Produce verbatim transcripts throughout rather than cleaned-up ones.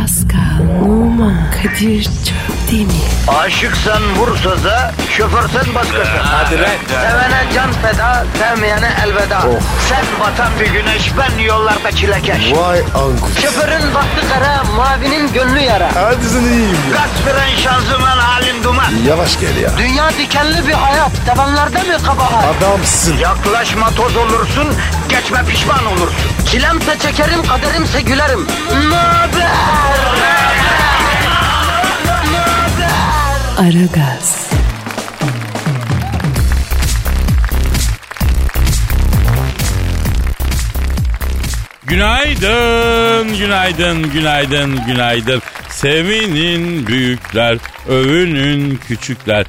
Pascal, Oman, Kadir çok değil mi? Aşıksan vursa da, şoförsen başkasın. Hadi lan. Sevene can feda, sevmeyene elveda. Oh. Sen batan bir güneş, ben yollarda çilekeş. Vay anku. Şoförün baktı kara, mavinin gönlü yara. Hadi sen iyiyim ya. Kasperen şanzıman halin duman. Yavaş gel ya. Dünya dikenli bir hayat, sevenlerde mi kabahar? Adamsın. Yaklaşma toz olursun, geçme pişman olursun. Çilemse çekerim, kaderimse gülerim. Möber! Aragaz. Günaydın, günaydın, günaydın, günaydın. Sevinin büyükler, övünün küçükler.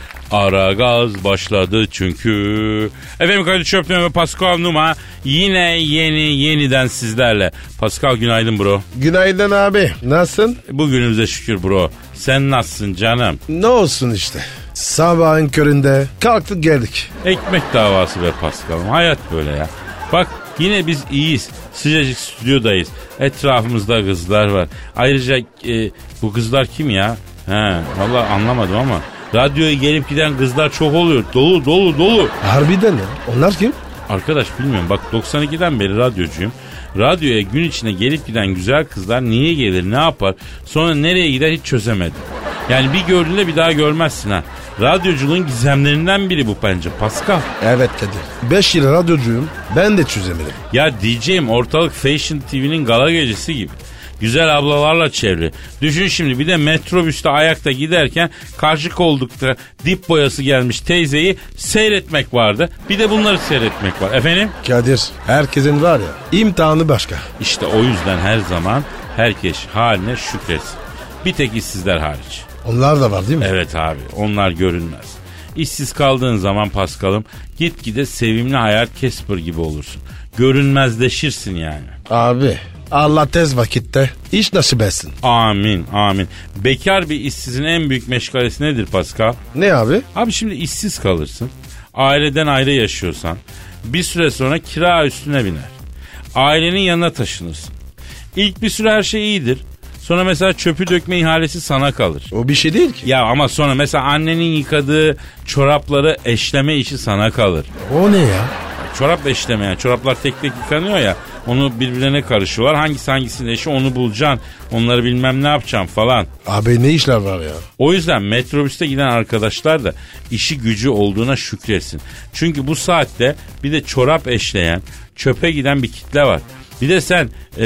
Aragaz başladı çünkü. Efendim Kadir Çöpten ve Pascal Numa yine yeni yeniden sizlerle. Pascal günaydın bro. Günaydın abi. Nasılsın? Bugünümüze şükür bro. Sen nasılsın canım? Ne olsun işte. Sabahın köründe kalktık geldik. Ekmek davası be Pascal'ım. Hayat böyle ya. Bak yine biz iyiyiz. Sıcacık stüdyodayız. Etrafımızda kızlar var. Ayrıca e, bu kızlar kim ya? He, vallahi anlamadım ama radyoya gelip giden kızlar çok oluyor. Dolu dolu dolu. Harbiden ya. Onlar kim? Arkadaş bilmiyorum. Bak doksan ikiden beri radyocuyum. Radyoya gün içinde gelip giden güzel kızlar niye gelir, ne yapar, sonra nereye gider hiç çözemedim. Yani bir gördüğünde bir daha görmezsin ha. Radyoculuğun gizemlerinden biri bu bence Pascal. Evet Kadir. beş yıl radyocuyum. Ben de çözemedim. Ya diyeceğim ortalık Fashion T V'nin gala gecesi gibi. Güzel ablalarla çevre. Düşün şimdi bir de metrobüste ayakta giderken karşı koldukta dip boyası gelmiş teyzeyi seyretmek vardı. Bir de bunları seyretmek var. Efendim? Kadir, herkesin var ya imtihanı başka. İşte o yüzden her zaman herkes haline şükretsin. Bir tek işsizler hariç. Onlar da var değil mi? Evet abi, onlar görünmez. İşsiz kaldığın zaman Paskal'ım gitgide sevimli hayat Casper gibi olursun. Görünmezleşirsin yani. Abi Allah tez vakitte iş nasip etsin. Amin amin. Bekar bir işsizin en büyük meşgalesi nedir Pascal? Ne abi? Abi şimdi işsiz kalırsın. Aileden ayrı yaşıyorsan bir süre sonra kira üstüne biner. Ailenin yanına taşınırsın. İlk bir süre her şey iyidir. Sonra mesela çöpü dökme ihalesi sana kalır. O bir şey değil ki. Ya ama sonra mesela annenin yıkadığı çorapları eşleme işi sana kalır. O ne ya? Çorap eşleme yani. Çoraplar tek tek yıkanıyor ya. Onu birbirine karışıyorlar. Hangisi hangisinin eşi onu bulacaksın. Onları bilmem ne yapacaksın falan. Abi ne işler var ya? O yüzden metrobüste giden arkadaşlar da işi gücü olduğuna şükretsin. Çünkü bu saatte bir de çorap eşleyen, çöpe giden bir kitle var. Bir de sen e,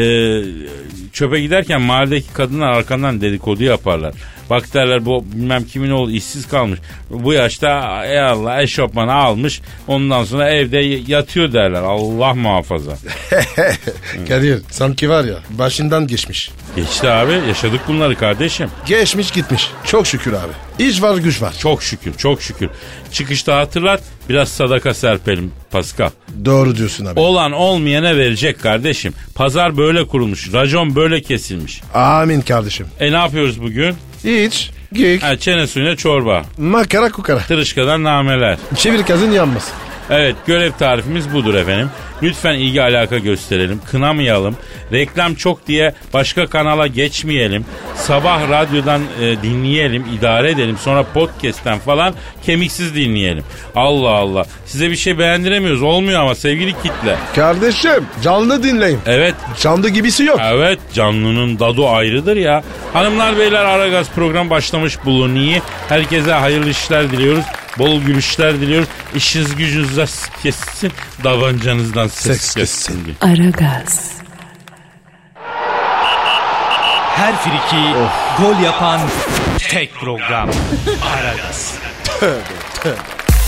çöpe giderken mahalledeki kadınlar arkandan dedikodu yaparlar. Bak derler bu bilmem kimin oğlu işsiz kalmış. Bu yaşta ey Allah eşofmanı almış. Ondan sonra evde yatıyor derler. Allah muhafaza. Kadir sanki var ya başından geçmiş. Geçti abi, yaşadık bunları kardeşim. Geçmiş gitmiş. Çok şükür abi. İş var güç var. Çok şükür çok şükür. Çıkışta hatırlat biraz sadaka serpelim Pascal. Doğru diyorsun abi. Olan olmayana verecek kardeşim. Pazar böyle kurulmuş. Racon böyle kesilmiş. Amin kardeşim. E ne yapıyoruz bugün? Hiç. Geyik. Ha, çene suyuna çorba. Makara kukara. Tırışkadan nameler. Çevir kazın yanmasın. Evet, görev tarifimiz budur efendim. Lütfen ilgi alaka gösterelim, kınamayalım. Reklam çok diye başka kanala geçmeyelim. Sabah radyodan e, dinleyelim, idare edelim. Sonra podcast'ten falan kemiksiz dinleyelim. Allah Allah. Size bir şey beğendiremiyoruz. Olmuyor ama sevgili kitle. Kardeşim canlı dinleyin. Evet. Canlı gibisi yok. Evet, canlının dadı ayrıdır ya. Hanımlar beyler Aragaz program başlamış bulunuyor. Herkese hayırlı işler diliyoruz. Bol gülüşler diliyoruz. İşiniz gücünüzden kessin, davancanızdan ses, Ses kessin. kessin. Aragaz. Her friki gol yapan tek program. Aragaz. Tövbe tövbe.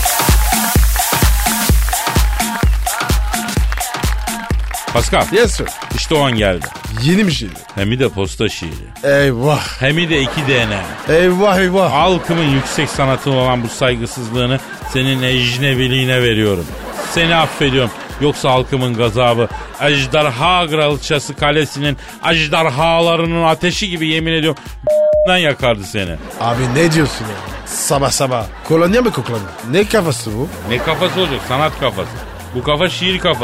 Pascal, Yes sir. işte o an geldi. Yeni bir şey. Hem de posta şiiri. Eyvah. Hem de iki D N A. Eyvah eyvah. Halkımın yüksek sanatı olan bu saygısızlığını senin ecnebiliğine veriyorum. Seni affediyorum. Yoksa halkımın gazabı ejderha kraliçesi kalesinin ejderhalarının ateşi gibi yemin ediyorum yakardı seni. Abi ne diyorsun ya? Sabah sabah. Kolonya mı koklanıyor? Ne kafası bu? Ne kafası olacak? Sanat kafası. Bu kafa şiir kafası.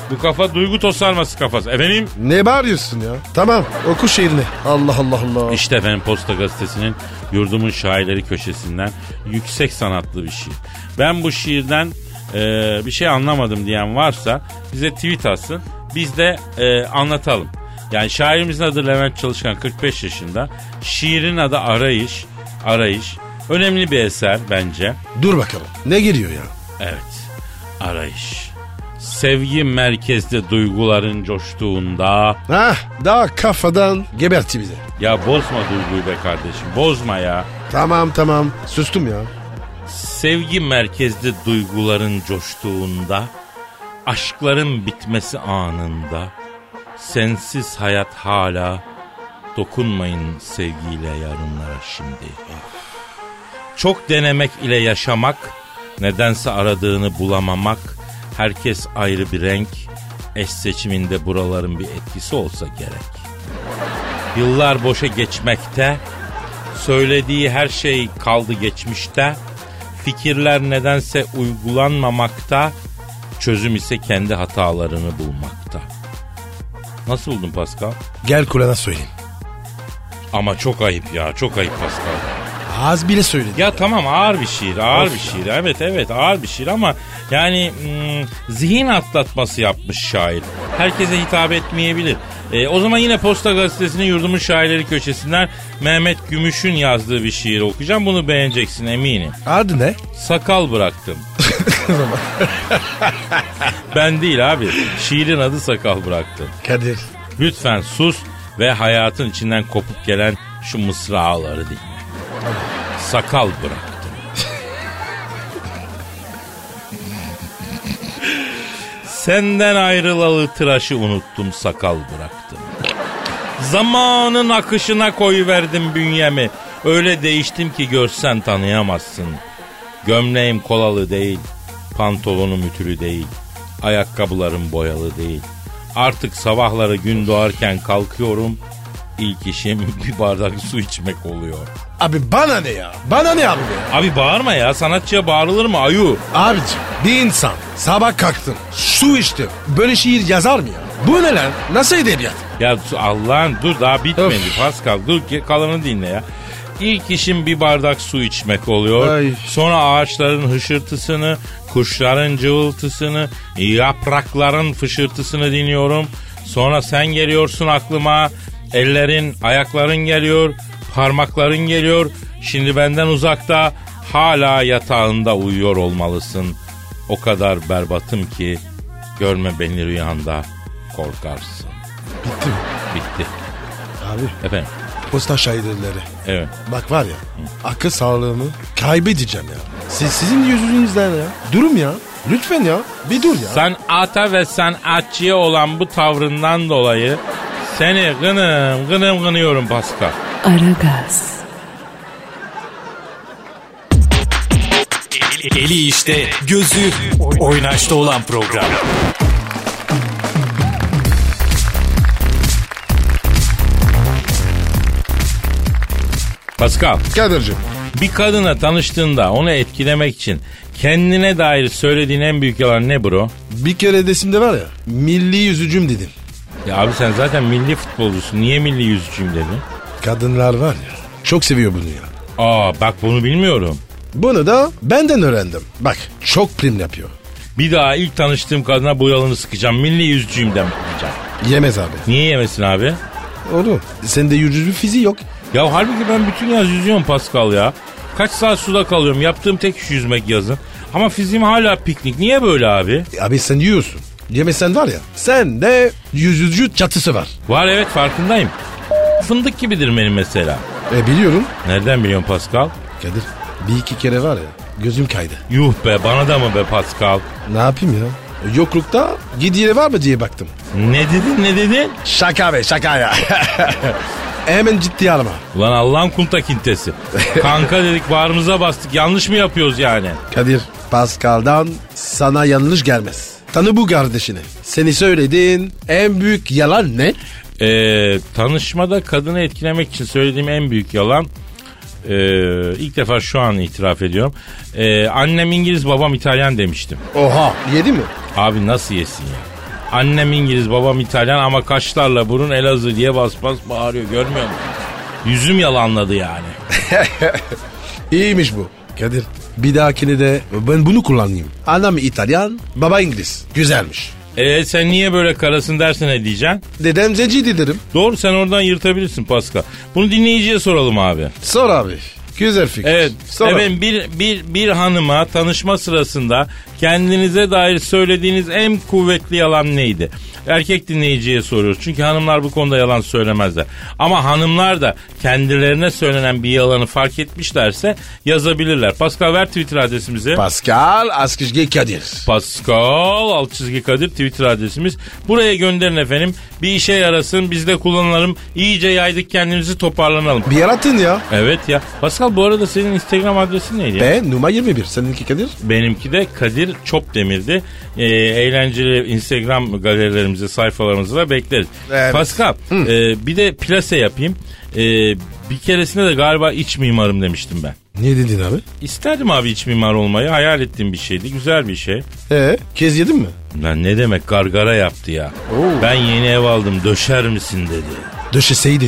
Bu kafa duygu tosarması kafası. Efendim? Ne bağırıyorsun ya? Tamam oku şiirini. Allah Allah Allah. İşte efendim Posta Gazetesi'nin Yurdumun Şairleri köşesinden yüksek sanatlı bir şiir. Ben bu şiirden e, bir şey anlamadım diyen varsa bize tweet atsın. Biz de e, anlatalım. Yani şairimizin adı Levent Çalışkan, kırk beş yaşında. Şiirin adı Arayış. Arayış. Önemli bir eser bence. Dur bakalım. Ne geliyor ya? Evet. Arayış. Sevgi merkezde duyguların coştuğunda. Hah daha kafadan geberti bize. Ya bozma duyguyu be kardeşim. Bozma ya. Tamam tamam sustum ya. Sevgi merkezde duyguların coştuğunda. Aşkların bitmesi anında. Sensiz hayat hala. Dokunmayın sevgiyle yarınlara şimdi. Çok denemek ile yaşamak. Nedense aradığını bulamamak. Herkes ayrı bir renk. Eş seçiminde buraların bir etkisi olsa gerek. Yıllar boşa geçmekte. Söylediği her şey kaldı geçmişte. Fikirler nedense uygulanmamakta. Çözüm ise kendi hatalarını bulmakta. Nasıl buldun Pascal? Gel kulağına söyleyeyim. Ama çok ayıp ya, çok ayıp Pascal. Az bile söyledim. Ya tamam ağır bir şiir, ağır Of bir şiir. Evet evet ağır bir şiir ama yani hmm, zihin atlatması yapmış şair. Herkese hitap etmeyebilir. E, o zaman yine Posta Gazetesi'nin Yurdumun Şairleri köşesinden Mehmet Gümüş'ün yazdığı bir şiir okuyacağım. Bunu beğeneceksin eminim. Adı ne? Sakal bıraktım. Ben değil abi. Şiirin adı Sakal bıraktım. Kadir. Lütfen sus ve hayatın içinden kopup gelen şu mısraları dinle. Sakal bıraktım. Senden ayrılalı tıraşı unuttum, sakal bıraktım. Zamanın akışına koyuverdim bünyemi. Öyle değiştim ki görsen tanıyamazsın. Gömleğim kolalı değil, pantolonum ütülü değil, ayakkabılarım boyalı değil. Artık sabahları gün doğarken kalkıyorum. İlk işim bir bardak su içmek oluyor. Abi bana ne ya? Bana ne abi be? Abi bağırma ya, sanatçıya bağırılır mı ayu? Abicim bir insan sabah kalktım su içtim. Böyle şiir yazar mı ya? Bu ne lan? Nasıl edebiyat? Ya Allah'ın dur daha bitmedi Öf. Pascal, dur kalanını dinle ya. İlk işim bir bardak su içmek oluyor. Ay. Sonra ağaçların hışırtısını, kuşların cıvıltısını, yaprakların fışırtısını dinliyorum. Sonra sen geliyorsun aklıma. Ellerin, ayakların geliyor, parmakların geliyor. Şimdi benden uzakta, hala yatağında uyuyor olmalısın. O kadar berbatım ki görme beni rüyanda, korkarsın. Bitti mi? Bitti. Abi. Efendim? Posta şairleri. Evet. Bak var ya akıl sağlığımı kaybedeceğim ya. Siz, sizin yüzünüzden ya. Durum ya. Lütfen ya. Bir dur ya. Sanata ve sanatçıya olan bu tavrından dolayı seni gınım gınım gınıyorum Pascal. Aragaz. Eli işte, gözü oynaşta olan program. Pascal, Kadir'cim. bir kadına tanıştığında onu etkilemek için kendine dair söylediğin en büyük yalan ne bro? Bir kere desimde var ya milli yüzücüm dedim. Ya abi sen zaten milli futbolcusun. Niye milli yüzücüyüm dedin? Kadınlar var ya çok seviyor bunu ya. Aa bak bunu bilmiyorum. Bunu da benden öğrendim. Bak çok prim yapıyor. Bir daha ilk tanıştığım kadına bu yalanı sıkacağım. Milli yüzücüyüm diyeceğim. Yemez abi. Niye yemesin abi? Oğlum sende yüzücü fiziği yok. Ya halbuki ben bütün yaz yüzüyorum Pascal ya. Kaç saat suda kalıyorum. Yaptığım tek iş yüzmek yazın. Ama fiziğim hala piknik. Niye böyle abi? E abi sen yiyorsun. Yemesen var ya sende yüzücü çatısı var. Var evet farkındayım. Fındık gibidir benim mesela. E biliyorum. Nereden biliyorsun Pascal? Kadir bir iki kere var ya gözüm kaydı. Yuh be bana da mı be Pascal? Ne yapayım ya? Yoklukta gidiği var mı diye baktım. Ne dedin ne dedin? Şaka be şaka ya. Hemen ciddiye alma. Ulan Allah'ın kunta kintesi. Kanka dedik bağrımıza bastık, yanlış mı yapıyoruz yani? Kadir Pascal'dan sana yanlış gelmez. Tanı bu kardeşini. Seni söylediğin en büyük yalan ne? Ee, tanışmada kadını etkilemek için söylediğim en büyük yalan, ee, ilk defa şu an itiraf ediyorum. Ee, annem İngiliz, babam İtalyan demiştim. Oha yedi mi? Abi nasıl yesin ya? Annem İngiliz, babam İtalyan ama kaşlarla burun Elazığ diye bas bas bağırıyor, görmüyor musun? Yüzüm yalanladı yani. İyiymiş bu. Kadir, bir dahakine de ben bunu kullanayım. Anam İtalyan, baba İngiliz. Güzelmiş. E sen niye böyle karasın dersen ne diyeceksin? Dedem zenci derim. Doğru, sen oradan yırtabilirsin Pascal. Bunu dinleyiciye soralım abi. Sor abi. Güzel fikir. Evet. Sor Efendim bir, bir, bir hanıma tanışma sırasında kendinize dair söylediğiniz en kuvvetli yalan neydi? Erkek dinleyiciye soruyoruz. Çünkü hanımlar bu konuda yalan söylemezler. Ama hanımlar da kendilerine söylenen bir yalanı fark etmişlerse yazabilirler. Pascal, ver Twitter adresimizi. Pascal Askizgi Kadir. Pascal alt çizgi Kadir Twitter adresimiz. Buraya gönderin efendim. Bir işe yarasın, biz de kullanalım. İyice yaydık kendimizi, toparlanalım. Bir yaratın ya. Evet ya. Pascal, bu arada senin Instagram adresin neydi ya? Ben numara yirmi bir. Seninki Kadir? Benimki de Kadir Çopdemir'di. Ee, eğlenceli Instagram galerilerimize, sayfalarımıza da bekleriz. Evet. Pascal, e, bir de plase yapayım. E, bir keresinde de galiba iç mimarım demiştim ben. Ne dedin abi? İsterdim abi iç mimar olmayı. Hayal ettiğim bir şeydi. Güzel bir şey. Ee, kez yedin mi? Lan ne demek, gargara yaptı ya. Oo. Ben yeni ev aldım, döşer misin dedi. Döşeseydin.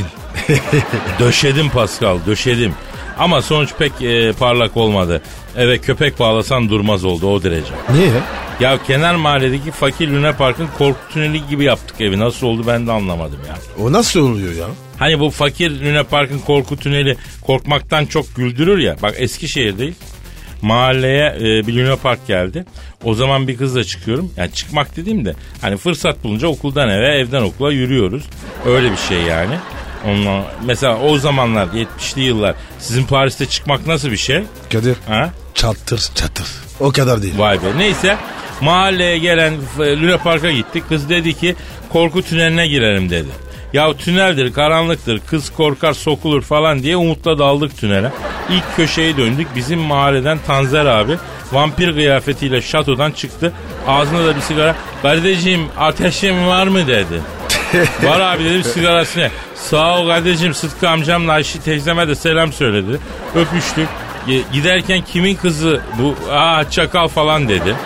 Döşedim Pascal, döşedim. Ama sonuç pek e, parlak olmadı. Eve köpek bağlasan durmaz oldu, o derece. Niye ya? Ya kenar mahalledeki fakir Luna Park'ın korku tüneli gibi yaptık evi. Nasıl oldu ben de anlamadım ya. O nasıl oluyor ya? Hani bu fakir Luna Park'ın korku tüneli korkmaktan çok güldürür ya. Bak Eskişehir'deyiz. Mahalleye e, bir Luna Park geldi. O zaman bir kızla çıkıyorum. Yani çıkmak dediğim de hani fırsat bulunca okuldan eve, evden okula yürüyoruz. Öyle bir şey yani. Onunla, mesela o zamanlar yetmişli yıllar sizin Paris'te çıkmak nasıl bir şey? Kadir. Ha? Çatır çatır. O kadar değil. Vay be. Neyse, mahalleye gelen Luna Park'a gittik. Kız dedi ki korku tüneline girelim dedi. Ya tüneldir, karanlıktır, kız korkar sokulur falan diye umutla daldık tünele. İlk köşeyi döndük. Bizim mahalleden Tanzer abi vampir kıyafetiyle şatodan çıktı. Ağzına da bir sigara. Kardeşim ateşim var mı dedi. Var abi dedim, sigarasını. Sağ ol kardeşim, Sıtkı amcamla Ayşe teyzeme de selam söyledi. Öpüştük. Giderken kimin kızı bu, aa çakal falan dedi.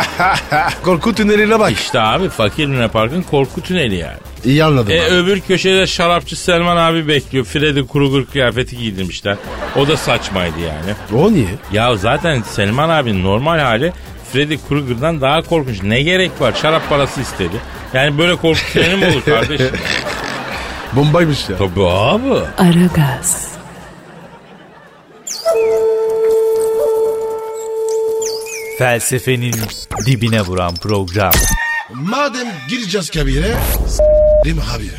Korku tüneline bak. İşte abi fakir Luna Park'ın korku tüneli yani. İyi anladım. E, abi. öbür köşede şarapçı Selman abi bekliyor. Freddy Krueger kıyafeti giydirmişler. O da saçmaydı yani. O niye? Ya zaten Selman abinin normal hali Freddy Krueger'dan daha korkunç. Ne gerek var? Şarap parası istedi. Yani böyle korku tüneli mi olur kardeşim? Bombaymış ya. Tabii abi. Aragaz. Felsefenin dibine vuran program. Madem gireceğiz kabire, s***rim habire.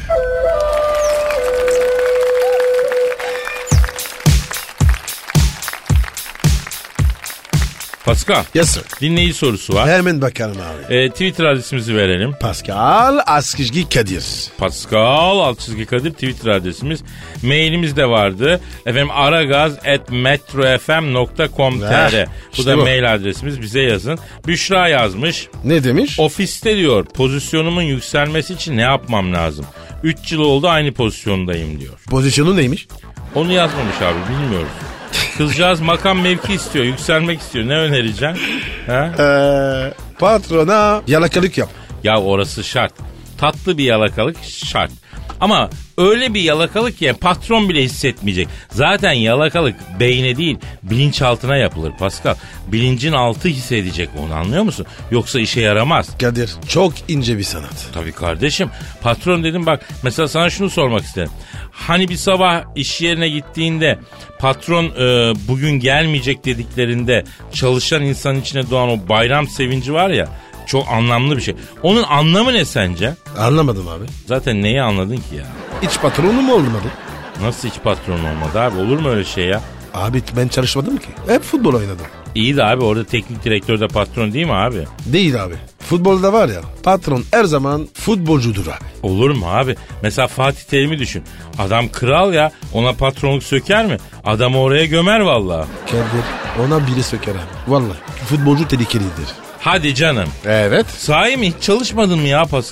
Pascal. Yes sir. Dinleyici sorusu var. Hemen bakalım abi. E, Twitter adresimizi verelim. Pascal Askizgi Kadir. Pascal alt çizgi Kadir Twitter adresimiz. Mailimiz de vardı. Efendim aragaz at metrofm nokta com nokta tr. Bu işte da bu. mail adresimiz, bize yazın. Büşra yazmış. Ne demiş? Ofiste diyor pozisyonumun yükselmesi için ne yapmam lazım? üç yıl oldu aynı pozisyondayım diyor. Pozisyonu neymiş? Onu yazmamış abi, bilmiyoruz. Kızcağız makam mevki istiyor, yükselmek istiyor. Ne önereceksin? Ha? Ee, patrona yalakalık yap. Ya orası şart. Tatlı bir yalakalık şart. Ama öyle bir yalakalık ki patron bile hissetmeyecek. Zaten yalakalık beyne değil bilinçaltına yapılır Pascal. Bilincin altı hissedecek onu, anlıyor musun? Yoksa işe yaramaz. Kadir çok ince bir sanat. Tabii kardeşim. Patron dedim, bak mesela sana şunu sormak isterim. Hani bir sabah iş yerine gittiğinde patron e, bugün gelmeyecek dediklerinde çalışan insanın içine doğan o bayram sevinci var ya, çok anlamlı bir şey. Onun anlamı ne sence? Anlamadım abi. Zaten neyi anladın ki ya? İç patronu mu olmadı? Nasıl hiç patron olmadı abi? Olur mu öyle şey ya? Abi ben çalışmadım ki. Hep futbol oynadım. İyi de abi orada teknik direktör de patron değil mi abi? Değil abi. Futbolda var ya, patron her zaman futbolcudur abi. Olur mu abi? Mesela Fatih Terim'i düşün. Adam kral ya, ona patronluk söker mi? Adamı oraya gömer vallahi. Kadir ona biri söker abi. Vallahi futbolcu tehlikelidir. Hadi canım. Evet. Sahi mi? Hiç çalışmadın mı ya Pascal?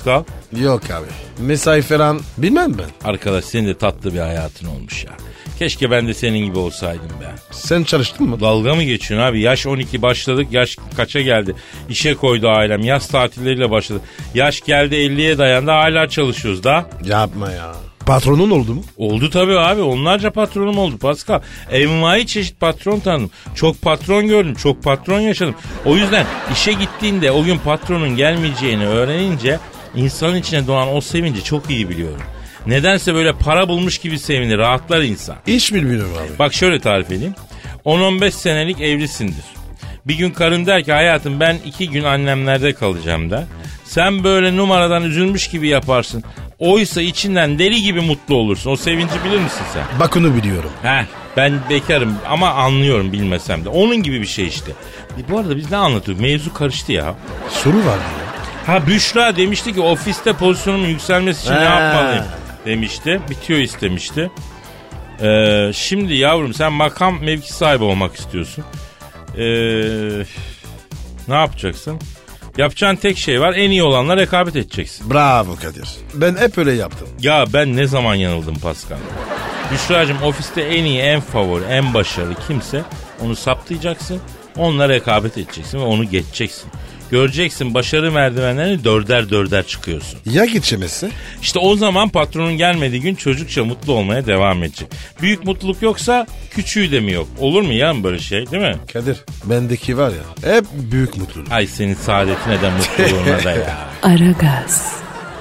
Yok abi. Mesai falan bilmem ben. Arkadaş senin de tatlı bir hayatın olmuş ya. Keşke ben de senin gibi olsaydım be. Sen çalıştın mı? Dalga mı geçiyorsun abi? Yaş on iki başladık. Yaş kaça geldi? İşe koydu ailem. Yaz tatilleriyle başladı. Yaş geldi elliye dayandı. Hala çalışıyoruz da. Yapma ya. Patronun oldu mu? Oldu tabii abi. Onlarca patronum oldu Pascal. Envai çeşit patron tanıdım. Çok patron gördüm. Çok patron yaşadım. O yüzden işe gittiğinde o gün patronun gelmeyeceğini öğrenince insanın içine doğan o sevinci çok iyi biliyorum. Nedense böyle para bulmuş gibi sevinir. Rahatlar insan. Hiç bilmiyorum abi. Bak şöyle tarif edeyim. on on beş senelik evlisindir. Bir gün karın der ki hayatım ben iki gün annemlerde kalacağım der. Sen böyle numaradan üzülmüş gibi yaparsın. Oysa içinden deli gibi mutlu olursun. O sevinci bilir misin sen? Bak onu biliyorum. Heh, ben bekarım ama anlıyorum bilmesem de. Onun gibi bir şey işte. E, bu arada biz ne anlatıyoruz? Mevzu karıştı ya. Soru vardı ya. Ha Büşra demişti ki ofiste pozisyonumun yükselmesi için He. ne yapmalıyım demişti. Bitiyor istemişti. Ee, şimdi yavrum sen makam mevki sahibi olmak istiyorsun. Ee, ne yapacaksın? Yapacağın tek şey var. En iyi olanla rekabet edeceksin. Bravo Kadir. Ben hep öyle yaptım. Ya ben ne zaman yanıldım Pascal? Büşra'cığım ofiste en iyi, en favori, en başarılı kimse onu saptayacaksın. Onunla rekabet edeceksin ve onu geçeceksin. Göreceksin başarı merdivenlerini dörder dörder çıkıyorsun. Ya geçemezse? İşte o zaman patronun gelmediği gün çocukça mutlu olmaya devam edecek. Büyük mutluluk yoksa küçüğü de mi yok? Olur mu ya böyle şey değil mi? Kadir bendeki var ya hep büyük mutluluk. Ay senin saadetine de mutluluğuna da ya. Aragaz.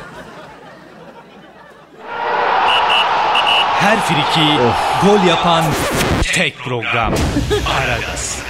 Her friki gol yapan tek program. Aragaz.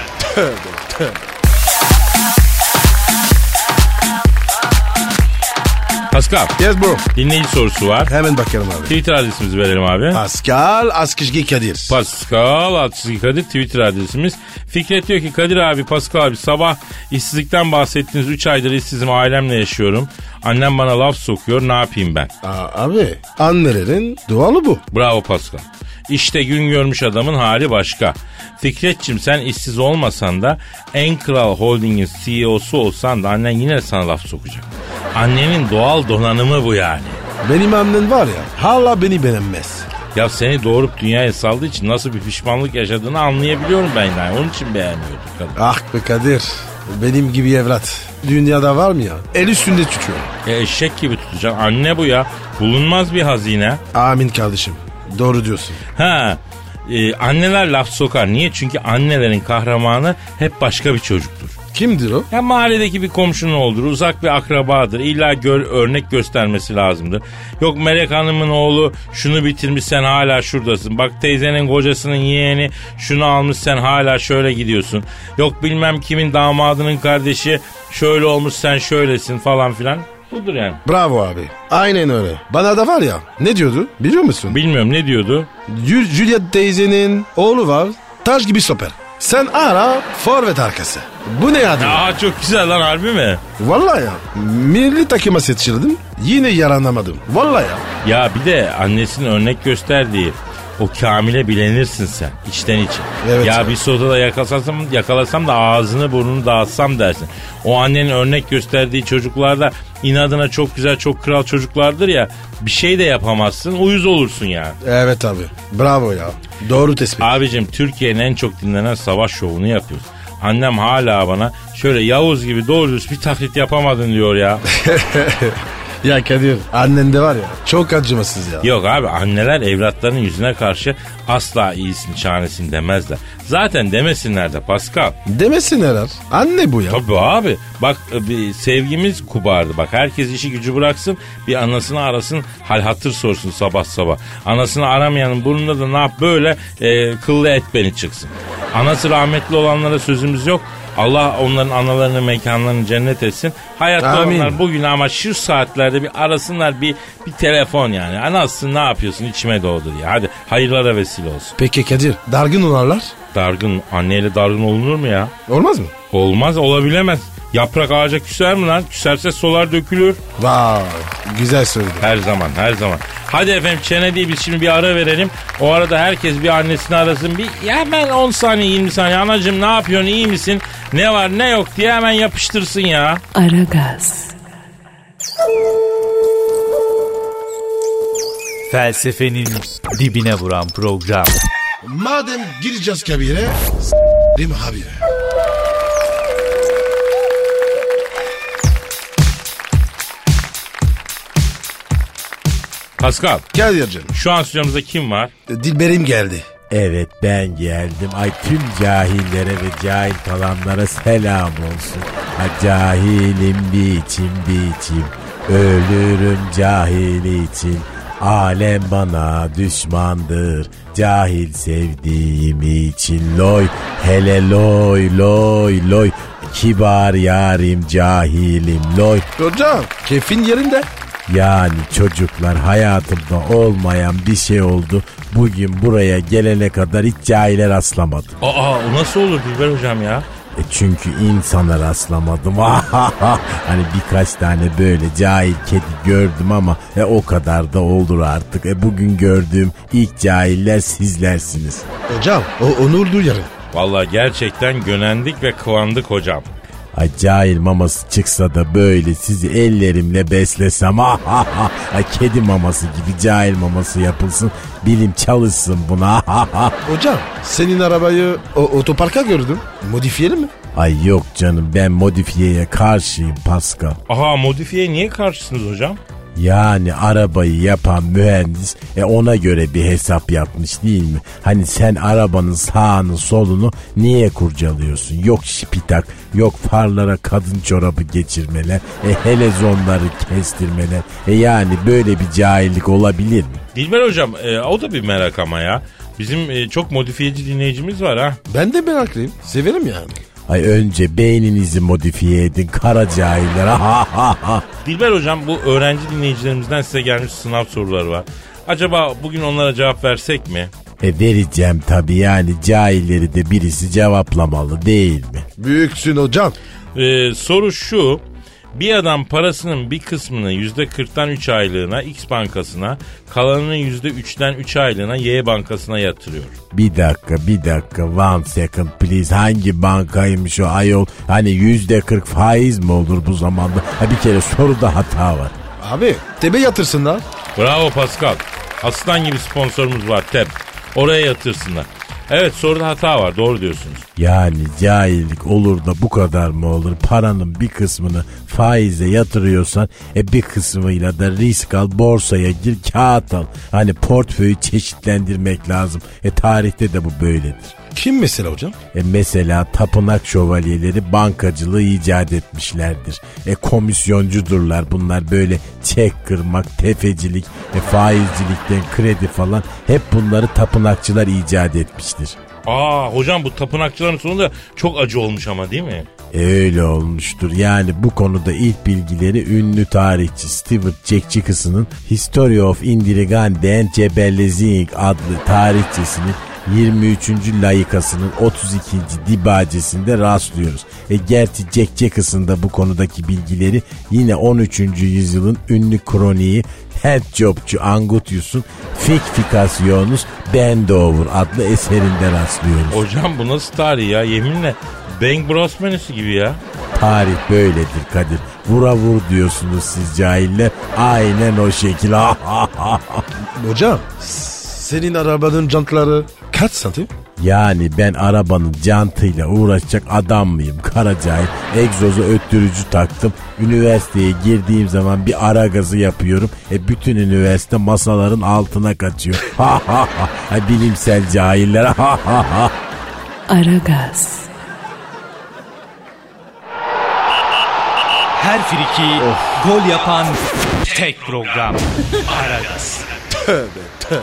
Pascal, Yes bro. dinleyici sorusu var. Hemen bakalım abi. Twitter adresimizi verelim abi. Pascal Askışgi Kadir. Pascal Askışgi Kadir Twitter adresimiz. Fikret diyor ki Kadir abi, Pascal abi sabah işsizlikten bahsettiğiniz üç aydır işsizim, ailemle yaşıyorum. Annem bana laf sokuyor, ne yapayım ben? Aa, abi annelerin doğalı bu. Bravo Pascal. İşte gün görmüş adamın hali başka. Fikretçim sen işsiz olmasan da En Kral Holding'in C E O'su olsan da annen yine sana laf sokacak. Annenin doğal donanımı bu yani. Benim annem var ya hala beni beğenmez. Ya seni doğurup dünyaya saldığı için nasıl bir pişmanlık yaşadığını anlayabiliyorum ben yani. Onun için beğenmiyordu kadın. Ah be Kadir. Benim gibi evlat. Dünyada var mı ya? El üstünde tutuyor. E eşek gibi tutacaksın. Anne bu ya. Bulunmaz bir hazine. Amin kardeşim. Doğru diyorsun. Ha, e, anneler laf sokar. Niye? Çünkü annelerin kahramanı hep başka bir çocuktur. Kimdir o? Ya mahalledeki bir komşunun olur, uzak bir akrabadır. İlla gör, örnek göstermesi lazımdır. Yok Melek Hanım'ın oğlu şunu bitirmiş, sen hala şuradasın. Bak teyzenin kocasının yeğeni şunu almış, sen hala şöyle gidiyorsun. Yok bilmem kimin damadının kardeşi şöyle olmuş, sen şöylesin falan filan. Budur yani. Bravo abi. Aynen öyle. Bana da var ya ne diyordu biliyor musun? Bilmiyorum ne diyordu? Jul- Juliet teyzenin oğlu var. Taş gibi stoper. Sen ara forvet arkası. Bu ne adı? Aa çok güzel lan, harbi mi? Vallahi ya. Milli takıma seçildim. Yine yaranamadım. Vallahi ya. Ya bir de annesinin örnek gösterdiği o Kamil'e bilenirsin sen içten içe. Evet ya ya. bir sodada yakalasam, yakalasam da ağzını burnunu dağıtsam dersin. O annenin örnek gösterdiği çocuklarda inadına çok güzel, çok kral çocuklardır ya, bir şey de yapamazsın, uyuz olursun yani. Evet abi. Bravo ya. Doğru tespit. Abicim Türkiye'nin en çok dinlenen savaş şovunu yapıyoruz. Annem hala bana şöyle Yavuz gibi doğru düz bir taklit yapamadın diyor ya. Ya Kadir annen de var ya çok acımasız ya. Yok abi, anneler evlatlarının yüzüne karşı asla iyisin şahanesin demezler. Zaten demesinler de Pascal. Demesin herhalde. Anne bu ya. Tabii abi. Bak bir sevgimiz kubardı. Bak herkes işi gücü bıraksın, bir anasını arasın, hal hatır sorsun sabah sabah. Anasını aramayanın burnunda da ne yap böyle e, kıllı et beni çıksın. Anası rahmetli olanlara sözümüz yok. Allah onların analarını, mekanlarını cennet etsin. Hayatta Amin. olanlar bugün ama şu saatlerde bir arasınlar, bir bir telefon yani. Anasın ne yapıyorsun, içime doğdu diye. Hadi hayırlara vesile olsun. Peki Kadir dargın olanlar? Dargın, anneyle dargın olunur mu ya? Olmaz mı? Olmaz, olabilemez. Yaprak ağaca küser mi lan? Küserse solar dökülür. Vay güzel söyledin. Her zaman, her zaman. Hadi efendim çene değil, biz şimdi bir ara verelim. O arada herkes bir annesini arasın. Bir ya hemen on saniye yirmi saniye. Anacığım ne yapıyorsun, iyi misin? Ne var ne yok diye hemen yapıştırsın ya. Aragaz. Felsefenin dibine vuran program. Madem gireceğiz kabire, s***rim abi. Pascal, Kadir'cim, şu an stüdyomuzda kim var? Dilberim geldi. Evet ben geldim. Ay tüm cahillere ve cahil kalanlara selam olsun. Ha, cahilim biçim biçim. Ölürüm cahil için. Alem bana düşmandır. Cahil sevdiğim için. Loy hele loy loy loy. Kibar yarim cahilim loy. Hocam keyfin yerinde. Yani çocuklar hayatımda olmayan bir şey oldu. Bugün buraya gelene kadar hiç cahile rastlamadım. Aa o nasıl olur Dilber hocam ya? E çünkü insana rastlamadım. Hani birkaç tane böyle cahil kedi gördüm ama e o kadar da olur artık. E bugün gördüğüm ilk cahiller sizlersiniz. Hocam o onur duyarım. Vallahi gerçekten gönendik ve kıvandık hocam. Ay cahil maması çıksa da böyle sizi ellerimle beslesem. Ay kedi maması gibi cahil maması yapılsın. Bilim çalışsın buna. Hocam senin arabayı o, otoparka gördüm. Modifiyelim mi? Ay yok canım ben modifiyeye karşıyım Pascal. Aha modifiye niye karşısınız hocam? Yani arabayı yapan mühendis e ona göre bir hesap yapmış değil mi? Hani sen arabanın sağını solunu niye kurcalıyorsun? Yok şipitak, yok farlara kadın çorabı geçirmeler, e helezonları kestirmeler. E yani böyle bir cahillik olabilir mi? Dilber hocam e, o da bir merak ama ya. Bizim e, çok modifiyeci dinleyicimiz var ha. Ben de meraklıyım. Severim yani. Ay önce beyninizi modifiye edin kara cahiller. Ha ha ha. Dilber hocam bu öğrenci dinleyicilerimizden size gelmiş sınav soruları var. Acaba bugün onlara cevap versek mi? E vereceğim tabii yani cahilleri de birisi cevaplamalı değil mi? Büyüksün hocam. Ee, soru şu. Bir adam parasının bir kısmını yüzde kırktan üç aylığına X bankasına, kalanının yüzde üçten üç aylığına Y bankasına yatırıyor. Bir dakika bir dakika one second please, hangi bankaymış o ayol? Hani yüzde kırk faiz mi olur bu zamanda? Ha bir kere soruda hata var. Abi tebe yatırsınlar. Bravo Pascal. Aslan gibi sponsorumuz var T E B. Oraya yatırsınlar. Evet soruda hata var, doğru diyorsunuz. Yani cahillik olur da bu kadar mı olur? Paranın bir kısmını faize yatırıyorsan e bir kısmıyla da risk al, borsaya gir, kağıt al. Hani portföyü çeşitlendirmek lazım. E tarihte de bu böyledir. Kim mesela hocam? E mesela tapınak şövalyeleri bankacılığı icat etmişlerdir. E komisyoncudurlar bunlar, böyle çek kırmak, tefecilik, e faizcilikten kredi falan hep bunları tapınakçılar icat etmiştir. Aa hocam bu tapınakçıların sonunda çok acı olmuş ama değil mi? E öyle olmuştur. Yani bu konuda ilk bilgileri ünlü tarihçi Stewart Jackson History of Indigande and Cebellezing adlı tarihçesinin yirmi üçüncü layıkasının otuz ikinci dibacesinde rastlıyoruz. E gerçi Jack Jackson da bu konudaki bilgileri yine on üçüncü yüzyılın ünlü kroniği Handjobçu Angutius'un Ficticationus Bendover adlı eserinde rastlıyoruz. Hocam bu nasıl tarih ya, yeminle Bang Bros menüsü gibi ya. Tarih böyledir Kadir. Vura vur diyorsunuz siz cahiller. Aynen o şekil. Hocam senin arabanın jantları kaç santim? Yani ben arabanın jantıyla uğraşacak adam mıyım kara cahil? Egzoza öttürücü taktım. Üniversiteye girdiğim zaman bir ara gazı yapıyorum. E bütün üniversite masaların altına kaçıyor. Ha ha ha. Bilimsel cahiller. Ha ha ha. Aragaz. Her friki gol yapan tek program. Aragaz. Tövbe tövbe.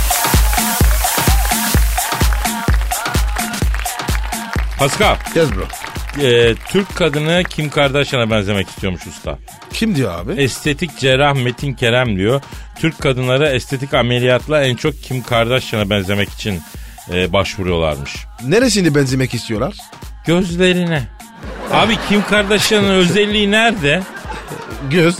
Pascal. Yes bro. E, Türk kadını Kim Kardashian'a benzemek istiyormuş usta. Kim diyor abi? Estetik cerrah Metin Kerem diyor. Türk kadınları estetik ameliyatla en çok Kim Kardashian'a benzemek için e, başvuruyorlarmış. Neresini benzemek istiyorlar? Gözlerine. Abi Kim Kardashian'ın özelliği nerede? Göz.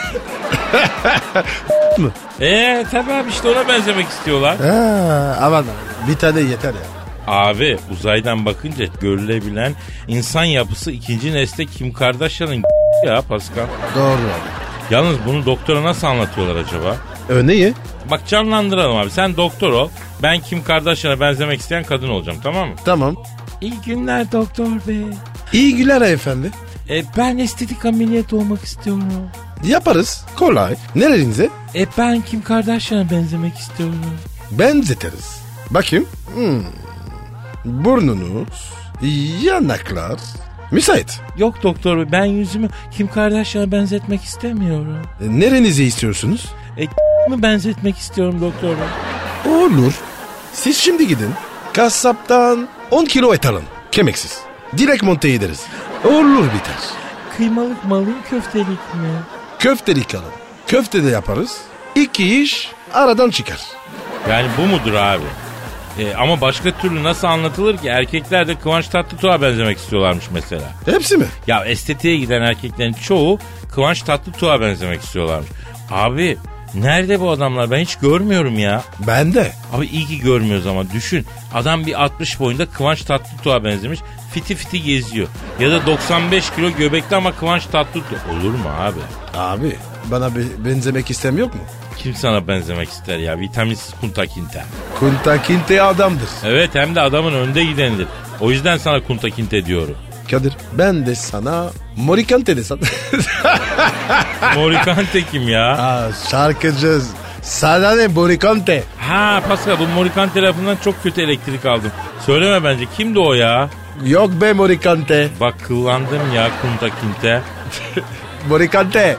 mı? Eee tabi abi işte ona benzemek istiyorlar. Ha, aman bir tane yeter ya. Abi uzaydan bakınca görülebilen insan yapısı ikinci nesle Kim Kardashian'ın ya Pascal. Doğru abi. Yalnız bunu doktora nasıl anlatıyorlar acaba? Örneği? Bak canlandıralım abi. Sen doktor ol. Ben Kim Kardashian'a benzemek isteyen kadın olacağım, tamam mı? Tamam. İyi günler doktor bey. İyi günler efendi. E, ben estetik ameliyat olmak istiyorum. Yaparız. Kolay. Nerenize? E ben Kim Kardashian'a benzemek istiyorum. Benzetiriz. Bakayım. Hmm. Burnunuz, yanaklar müsait. Yok doktor bey, ben yüzümü Kim Kardashian'a benzetmek istemiyorum. E, nerenizi istiyorsunuz? E mi benzetmek istiyorum doktor bey? Olur. Siz şimdi gidin. Kasaptan on kilo et alın. Kemiksiz. Direkt monte ederiz. Olur biter. Kıymalık mı alayım, köftelik mi? Köftelik alın. Köfte de yaparız. İki iş aradan çıkar. Yani bu mudur abi? E, ama başka türlü nasıl anlatılır ki? Erkekler de Kıvanç Tatlıtuğ'a benzemek istiyorlarmış mesela. Hepsi mi? Ya estetiğe giden erkeklerin çoğu Kıvanç Tatlıtuğ'a benzemek istiyorlarmış. Abi nerede bu adamlar? Ben hiç görmüyorum ya. Ben de. Abi iyi ki görmüyoruz ama düşün. Adam bir altmış boyunda Kıvanç Tatlıtuğ'a benzemiş. Fiti fiti geziyor. Ya da doksan beş kilo göbekli ama Kıvanç Tatlıtuğ. Olur mu abi? Abi bana be- benzemek istem yok mu? Kim sana benzemek ister ya? Vitaminsiz Kunta Kinte. Kunta Kinte adamdır. Evet, hem de adamın önde gidenidir. O yüzden sana Kunta Kinte diyorum. Kadir ben de sana Morikante de sana. Morikante kim ya? Aa, şarkıcı. Sana ne Morikante? Ha Pascal, bu Morikante lafından çok kötü elektrik aldım. Söyleme bence, kimdi o ya? Yok be Morikante. Bak kıllandım ya Kunta Kinte. Morikante.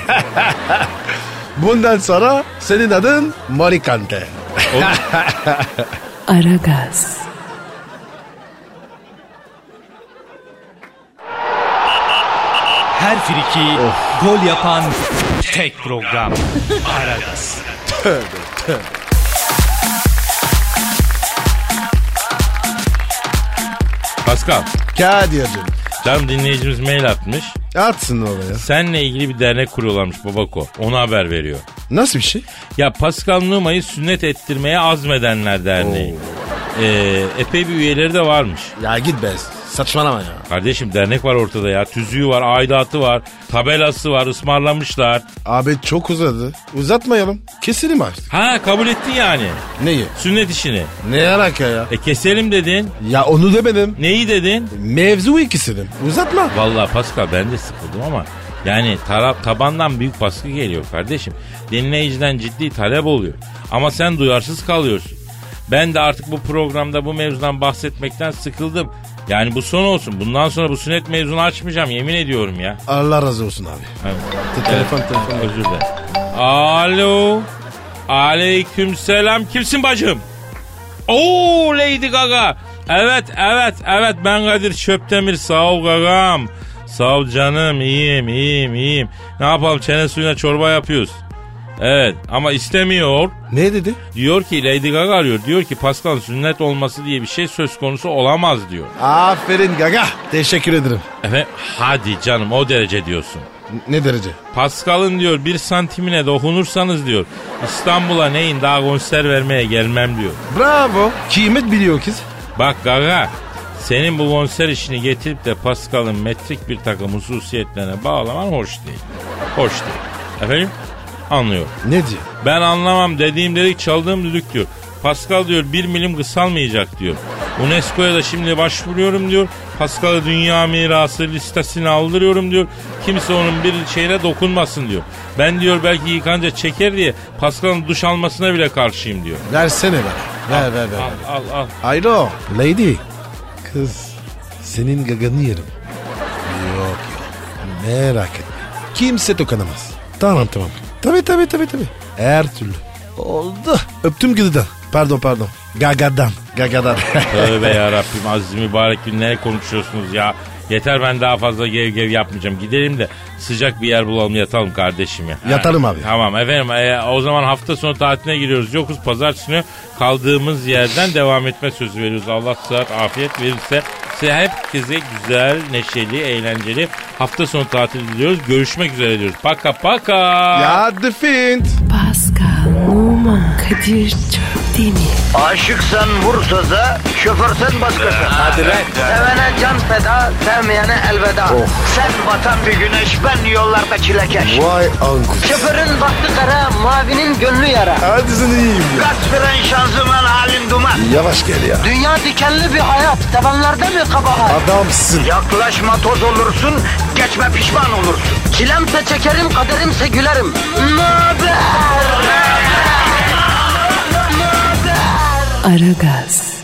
Bundan sonra senin adın Morikante. Aragaz. Her friki gol yapan tek program. Aragaz. Tövbe tövbe. Pascal, Kadir'cim. canım dinleyicimiz mail atmış. Atsın oraya. Seninle ilgili bir dernek kuruyorlarmış babako. Ona haber veriyor. Nasıl bir şey? Ya Pascal Numa'yı sünnet ettirmeye azmedenler derneği. Ee, epey bir üyeleri de varmış. Ya git be. Saçmalama ya. Kardeşim dernek var ortada ya. Tüzüğü var, aidatı var, tabelası var, ısmarlamışlar. Abi çok uzadı. Uzatmayalım. Keselim artık. Ha kabul ettin yani. Neyi? Sünnet işini. Ne alaka ya? E keselim dedin. Ya onu demedim. Neyi dedin? Mevzu ikisinin. Uzatma. Vallahi Pascal ben de sıkıldım ama yani taraf tabandan büyük baskı geliyor kardeşim. Dinleyiciden ciddi talep oluyor. Ama sen duyarsız kalıyorsun. Ben de artık bu programda bu mevzudan bahsetmekten sıkıldım. Yani bu son olsun. Bundan sonra bu sünnet mevzunu açmayacağım, yemin ediyorum ya. Allah razı olsun abi. Evet. Te- telefon telefon. Özür dilerim. Alo. Aleykümselam. Kimsin bacım? Oo Lady Gaga. Evet evet evet ben Kadir Çöptemir. Sağ ol Gaga'm. Sağ ol canım, iyiyim iyiyim iyiyim. Ne yapalım, çene suyuna çorba yapıyoruz. Evet ama istemiyor. Ne dedi? Diyor ki Lady Gaga arıyor. Diyor ki Pascal sünnet olması diye bir şey söz konusu olamaz diyor. Aferin Gaga. Teşekkür ederim. Efendim hadi canım o derece diyorsun. Ne derece? Pascal'ın diyor bir santimine dokunursanız diyor İstanbul'a neyin daha konser vermeye gelmem diyor. Bravo. Kıymet biliyor kız. Bak Gaga, senin bu konser işini getirip de Pascal'ın metrik bir takım hususiyetlerine bağlaman hoş değil. Hoş değil. Efendim? Anlıyor. Ne diyor? Ben anlamam, dediğim dedik çaldığım düdük diyor. Pascal diyor bir milim kısalmayacak diyor. UNESCO'ya da şimdi başvuruyorum diyor. Pascal'ı dünya mirası listesine aldırıyorum diyor. Kimse onun bir şeyine dokunmasın diyor. Ben diyor belki yıkanca çeker diye Pascal'ın duş almasına bile karşıyım diyor. Versene bana. Ver ver ver. Al al al. Alo. Lady. Kız. Senin gaganı yerim. Yok yok. Merak etme. Kimse dokunamaz. Tamam tamam. Tabii tabii tabii tabii. Her türlü. Oldu. Öptüm gıdıdan. Pardon pardon. Gagadan. Gagadan. Tövbe yarabbim, aziz mübarek günlere konuşuyorsunuz ya. Yeter, ben daha fazla gev gev yapmayacağım. Gidelim de sıcak bir yer bulalım, yatalım kardeşim ya. Yatalım abi. Tamam efendim, e, o zaman hafta sonu tatiline giriyoruz. Yokuz, pazartesi günü kaldığımız yerden devam etme sözü veriyoruz. Allah sıhhat afiyet verirse size herkese güzel, neşeli, eğlenceli hafta sonu tatil diliyoruz. Görüşmek üzere diyoruz. Paka paka. Ya the Fint. Pascal, Oman, Kadir çok mi? Aşıksan vursa da, şoförsen başkasın. Hadi lan. Sevene can feda, sevmeyene elveda. Sen batan bir güneş, ben yollarda çilekeş. Vay anku. Şoförün baktı kara, mavinin gönlü yara. Hadi sen iyiyim ya. Kasperen şanzıman halin duman. Yavaş gel ya. Dünya dikenli bir hayat, sevenlerde mi kabahar? Adamsın. Yaklaşma toz olursun, geçme pişman olursun. Çilemse çekerim, kaderimse gülerim. Möber! Aragaz.